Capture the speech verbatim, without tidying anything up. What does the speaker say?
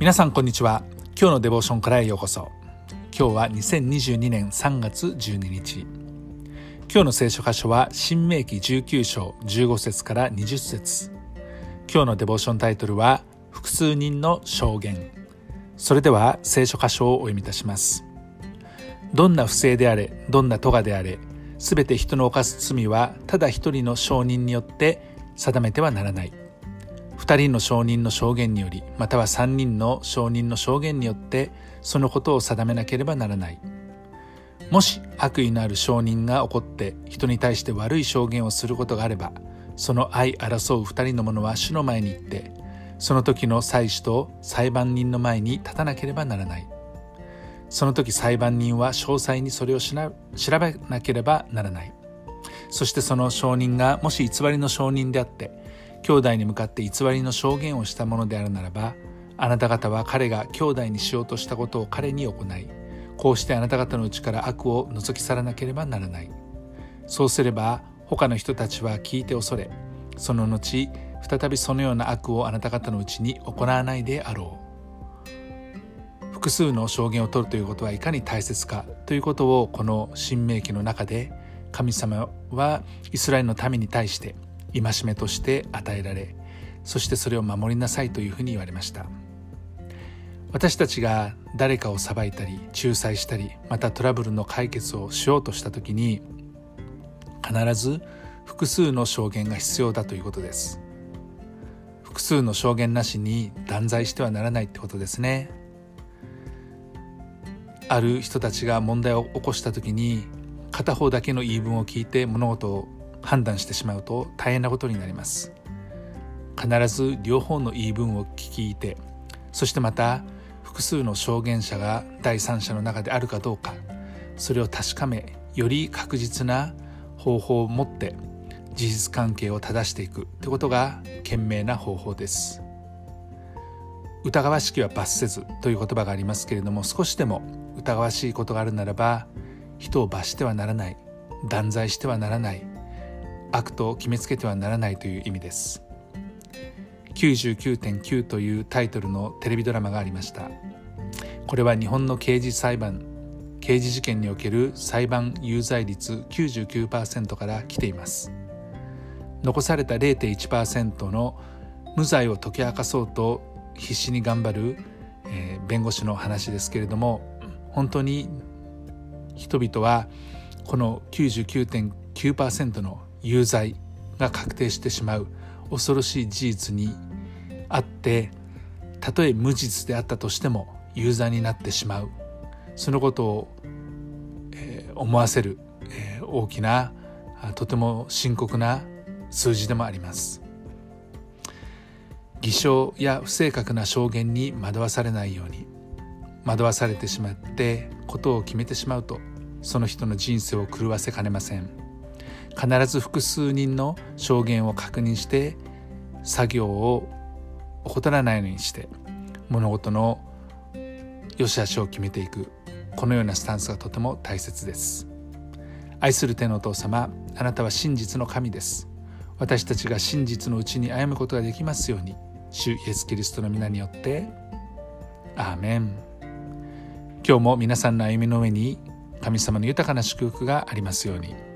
皆さんこんにちは。今日のデボーションからへようこそ。今日はにせんにじゅうにねんさんがつじゅうににち。今日の聖書箇所は新明記じゅうきゅうしょうじゅうごせつからにじゅっせつ。今日のデボーションタイトルは複数人の証言。それでは聖書箇所をお読みいたします。どんな不正であれ、どんな咎であれ、すべて人の犯す罪はただ一人の証人によって定めてはならない。二人の証人の証言により、または三人の証人の証言によってそのことを定めなければならない。もし悪意のある証人が起こって人に対して悪い証言をすることがあれば、その相争う二人の者は主の前に行って、その時の祭司と裁判人の前に立たなければならない。その時裁判人は詳細にそれをしな調べなければならない。そしてその証人がもし偽りの証人であって兄弟に向かって偽りの証言をしたものであるならば、あなた方は彼が兄弟にしようとしたことを彼に行い、こうしてあなた方のうちから悪を除き去らなければならない。そうすれば他の人たちは聞いて恐れ、その後再びそのような悪をあなた方のうちに行わないであろう。複数の証言を取るということはいかに大切かということを、この新明記の中で神様はイスラエルの民に対して戒めとして与えられ、そしてそれを守りなさいというふうに言われました。私たちが誰かを裁いたり仲裁したり、またトラブルの解決をしようとしたときに、必ず複数の証言が必要だということです。複数の証言なしに断罪してはならないってことですね。ある人たちが問題を起こしたときに、片方だけの言い分を聞いて物事を判断してしまうと大変なことになります。必ず両方の言い分を聞いて、そしてまた複数の証言者が第三者の中であるかどうか、それを確かめ、より確実な方法を持って事実関係を正していくということが賢明な方法です。疑わしきは罰せずという言葉がありますけれども、少しでも疑わしいことがあるならば人を罰してはならない、断罪してはならない、悪と決めつけてはならないという意味です。きゅうじゅうきゅうてんきゅう というタイトルのテレビドラマがありました。これは日本の刑事裁判、刑事事件における裁判有罪率 きゅうじゅうきゅうパーセント から来ています。残された れいてんいちパーセント の無罪を解き明かそうと必死に頑張る、えー、弁護士の話ですけれども、本当に人々はこの きゅうじゅうきゅうてんきゅうパーセント の有罪が確定してしまう恐ろしい事実にあって、たとえ無実であったとしても有罪になってしまう、そのことを、えー、思わせる、えー、大きなとても深刻な数字でもあります。偽証や不正確な証言に惑わされないように、惑わされてしまってことを決めてしまうと、その人の人生を狂わせかねません。必ず複数人の証言を確認して作業を怠らないようにして物事の良し悪しを決めていく、このようなスタンスがとても大切です。愛する天のお父様、あなたは真実の神です。私たちが真実のうちに歩むことができますように、主イエスキリストの皆によってアーメン。今日も皆さんの歩みの上に神様の豊かな祝福がありますように。